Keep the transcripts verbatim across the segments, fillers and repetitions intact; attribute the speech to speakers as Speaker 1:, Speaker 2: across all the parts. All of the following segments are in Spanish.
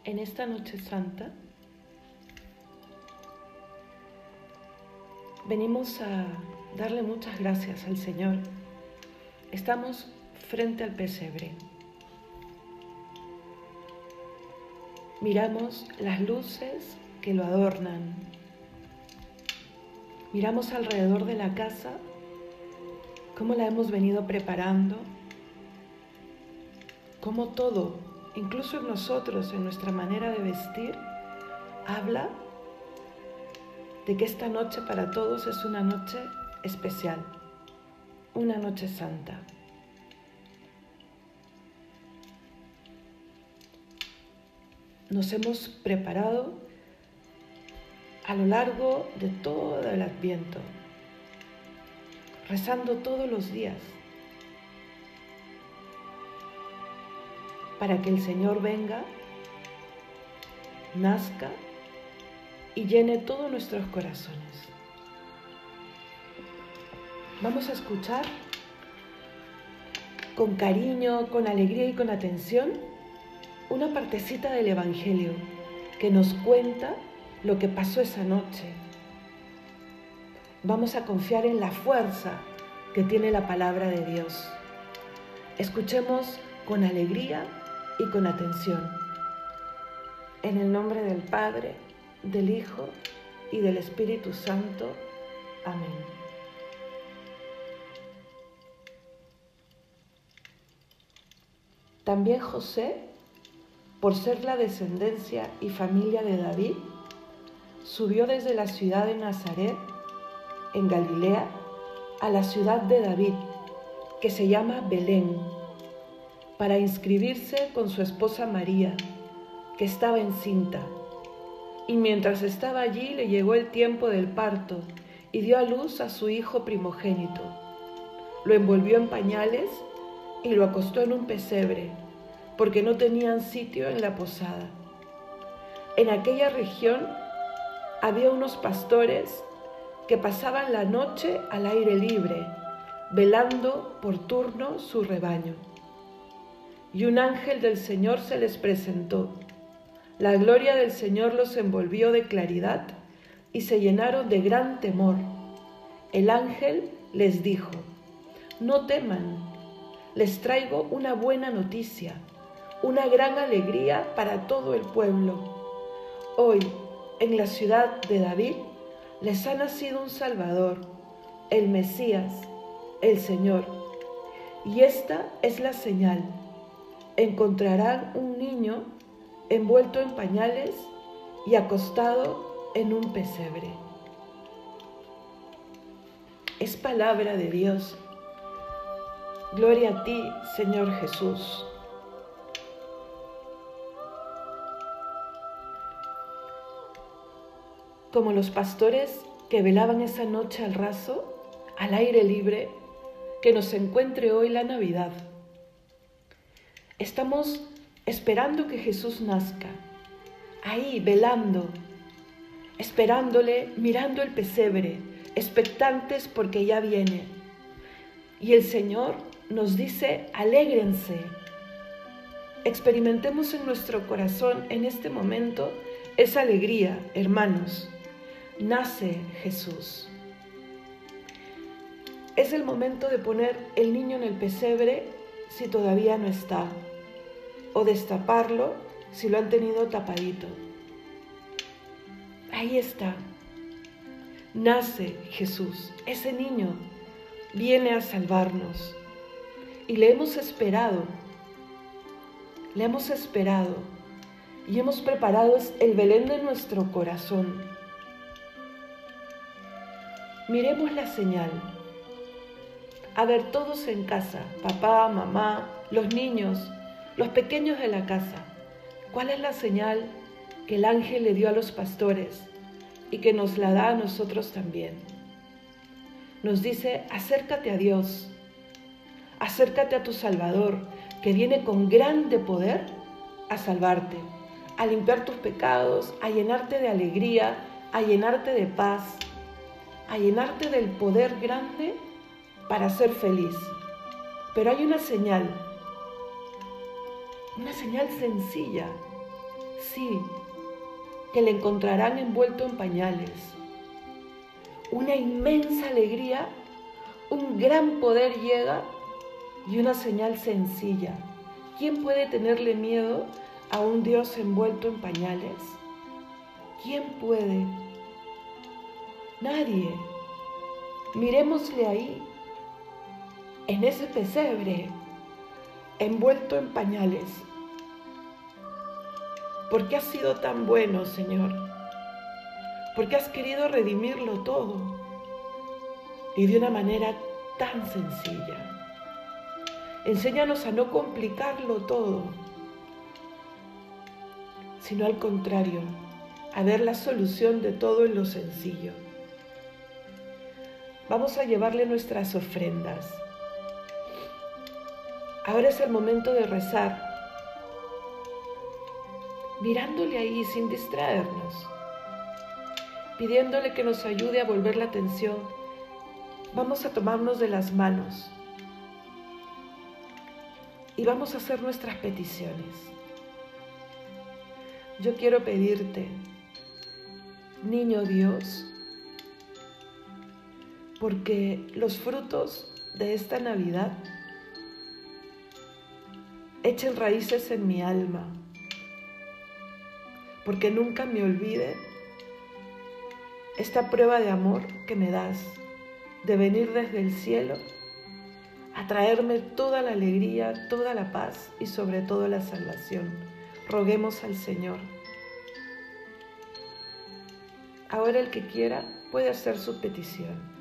Speaker 1: en esta noche santa venimos a darle muchas gracias al Señor. Estamos frente al pesebre. Miramos las luces que lo adornan. Miramos alrededor de la casa cómo la hemos venido preparando, cómo todo, incluso en nosotros, en nuestra manera de vestir, habla de que esta noche para todos es una noche especial, una noche santa. Nos hemos preparado a lo largo de todo el Adviento, rezando todos los días, para que el Señor venga, nazca y llene todos nuestros corazones. Vamos a escuchar con cariño, con alegría y con atención una partecita del Evangelio que nos cuenta lo que pasó esa noche. Vamos a confiar en la fuerza que tiene la palabra de Dios. Escuchemos con alegría y con atención. En el nombre del Padre, del Hijo y del Espíritu Santo. Amén. También José, por ser la descendencia y familia de David, subió desde la ciudad de Nazaret, en Galilea, a la ciudad de David, que se llama Belén, para inscribirse con su esposa María, que estaba encinta. Y mientras estaba allí le llegó el tiempo del parto y dio a luz a su hijo primogénito. Lo envolvió en pañales y lo acostó en un pesebre, porque no tenían sitio en la posada. En aquella región había unos pastores que pasaban la noche al aire libre, velando por turno su rebaño. Y un ángel del Señor se les presentó. La gloria del Señor los envolvió de claridad y se llenaron de gran temor. El ángel les dijo: no teman, les traigo una buena noticia, una gran alegría para todo el pueblo. Hoy, en la ciudad de David, les ha nacido un Salvador, el Mesías, el Señor. Y esta es la señal: encontrarán un niño envuelto en pañales y acostado en un pesebre. Es palabra de Dios. Gloria a ti, Señor Jesús. Como los pastores que velaban esa noche al raso, al aire libre, que nos encuentre hoy la Navidad. Estamos esperando que Jesús nazca, ahí velando, esperándole, mirando el pesebre, expectantes porque ya viene. Y el Señor nos dice: alégrense. Experimentemos en nuestro corazón en este momento esa alegría, hermanos. Nace Jesús. Es el momento de poner el niño en el pesebre si todavía no está, o destaparlo si lo han tenido tapadito. Ahí está. Nace Jesús. Ese niño viene a salvarnos. Y le hemos esperado. Le hemos esperado. Y hemos preparado el Belén de nuestro corazón. Miremos la señal. A ver, todos en casa, papá, mamá, los niños, los pequeños de la casa, ¿cuál es la señal que el ángel le dio a los pastores y que nos la da a nosotros también? Nos dice: acércate a Dios, acércate a tu Salvador, que viene con grande poder a salvarte, a limpiar tus pecados, a llenarte de alegría, a llenarte de paz, a llenarte del poder grande para ser feliz. Pero hay una señal, una señal sencilla Sí, que le encontrarán envuelto en pañales. Una inmensa alegría, un gran poder llega y una señal sencilla. ¿Quién puede tenerle miedo a un Dios envuelto en pañales? ¿Quién puede? Nadie. Mirémosle ahí, en ese pesebre, envuelto en pañales. ¿Por qué has sido tan bueno, Señor? ¿Por qué has querido redimirlo todo? Y de una manera tan sencilla. Enséñanos a no complicarlo todo, sino al contrario, a ver la solución de todo en lo sencillo. Vamos a llevarle nuestras ofrendas. Ahora es el momento de rezar, mirándole ahí sin distraernos, pidiéndole que nos ayude a volver la atención. Vamos a tomarnos de las manos y vamos a hacer nuestras peticiones. Yo quiero pedirte, niño Dios, porque los frutos de esta Navidad echen raíces en mi alma, porque nunca me olvide esta prueba de amor que me das, de venir desde el cielo a traerme toda la alegría, toda la paz y sobre todo la salvación. Roguemos al Señor. Ahora el que quiera puede hacer su petición.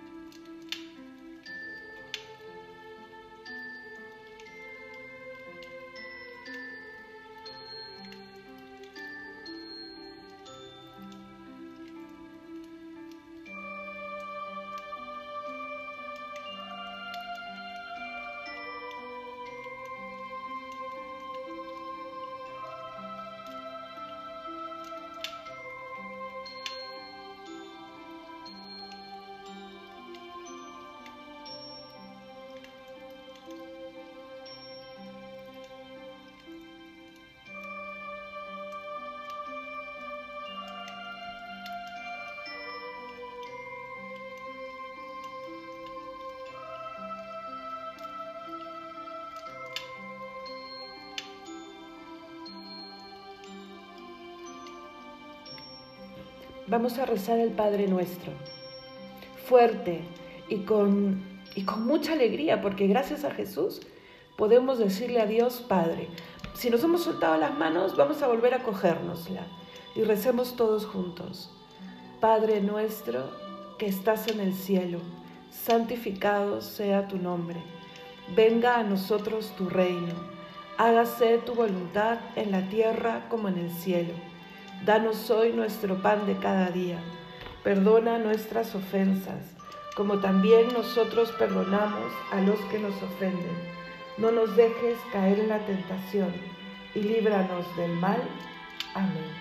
Speaker 1: Vamos a rezar el Padre Nuestro, fuerte y con, y con mucha alegría, porque gracias a Jesús podemos decirle a Dios Padre. Si nos hemos soltado las manos, vamos a volver a cogérnosla y recemos todos juntos. Padre nuestro que estás en el cielo, santificado sea tu nombre. Venga a nosotros tu reino. Hágase tu voluntad en la tierra como en el cielo. Danos hoy nuestro pan de cada día. Perdona nuestras ofensas, como también nosotros perdonamos a los que nos ofenden. No nos dejes caer en la tentación y líbranos del mal. Amén.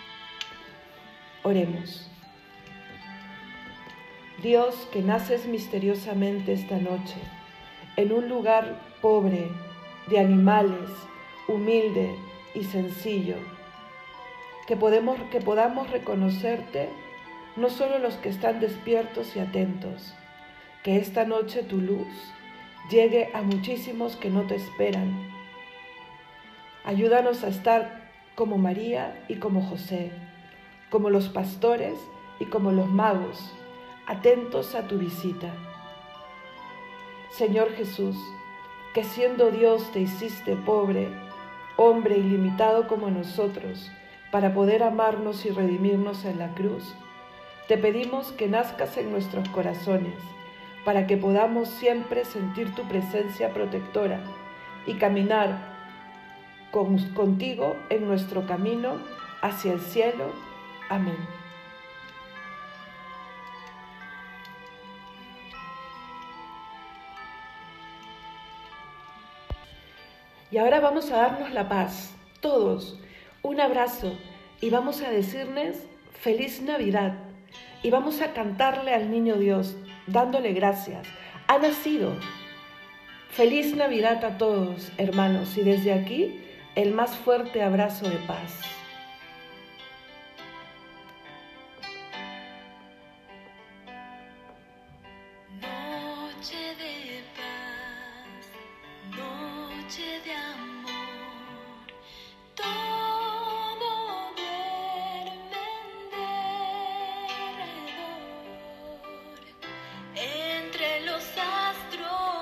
Speaker 1: Oremos. Dios, que naces misteriosamente esta noche, en un lugar pobre, de animales, humilde y sencillo, que, podemos, que podamos reconocerte no solo los que están despiertos y atentos, que esta noche tu luz llegue a muchísimos que no te esperan. Ayúdanos a estar como María y como José, como los pastores y como los magos, atentos a tu visita. Señor Jesús, que siendo Dios te hiciste pobre, hombre ilimitado como nosotros, para poder amarnos y redimirnos en la cruz, te pedimos que nazcas en nuestros corazones, para que podamos siempre sentir tu presencia protectora y caminar con, contigo en nuestro camino hacia el cielo. Amén. Y ahora vamos a darnos la paz, todos, un abrazo, y vamos a decirles feliz Navidad, y vamos a cantarle al niño Dios, dándole gracias. Ha nacido. Feliz Navidad a todos, hermanos, y desde aquí el más fuerte abrazo de paz.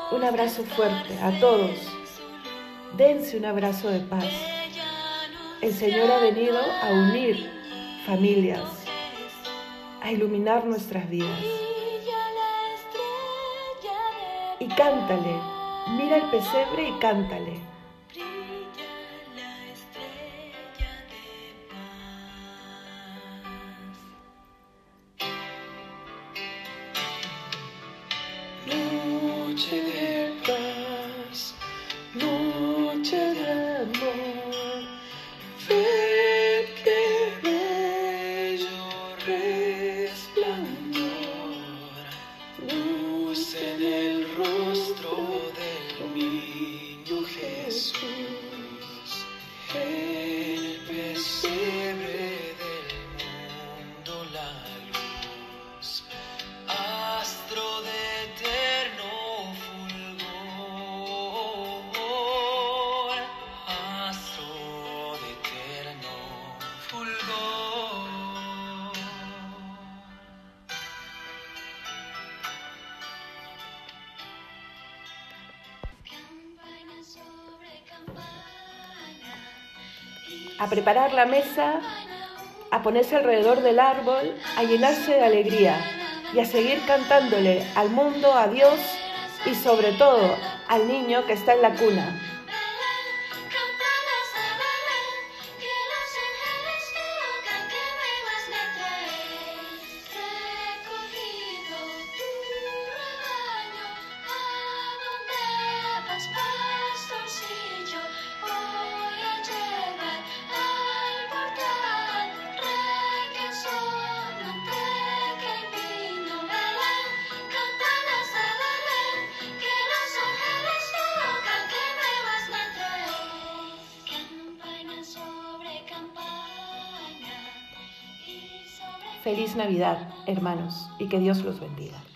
Speaker 1: Un abrazo fuerte a todos. Dense un abrazo de paz. El Señor ha venido a unir familias, a iluminar nuestras vidas. Y cántale, mira el pesebre y cántale.
Speaker 2: Noche de paz, noche de amor, ven qué bello resplandor, luz en el rostro del niño Jesús, en el pesebre del mundo la luz, astro de
Speaker 1: A preparar la mesa, a ponerse alrededor del árbol, a llenarse de alegría y a seguir cantándole al mundo, a Dios y sobre todo al niño que está en la cuna. Feliz Navidad, hermanos, y que Dios los bendiga.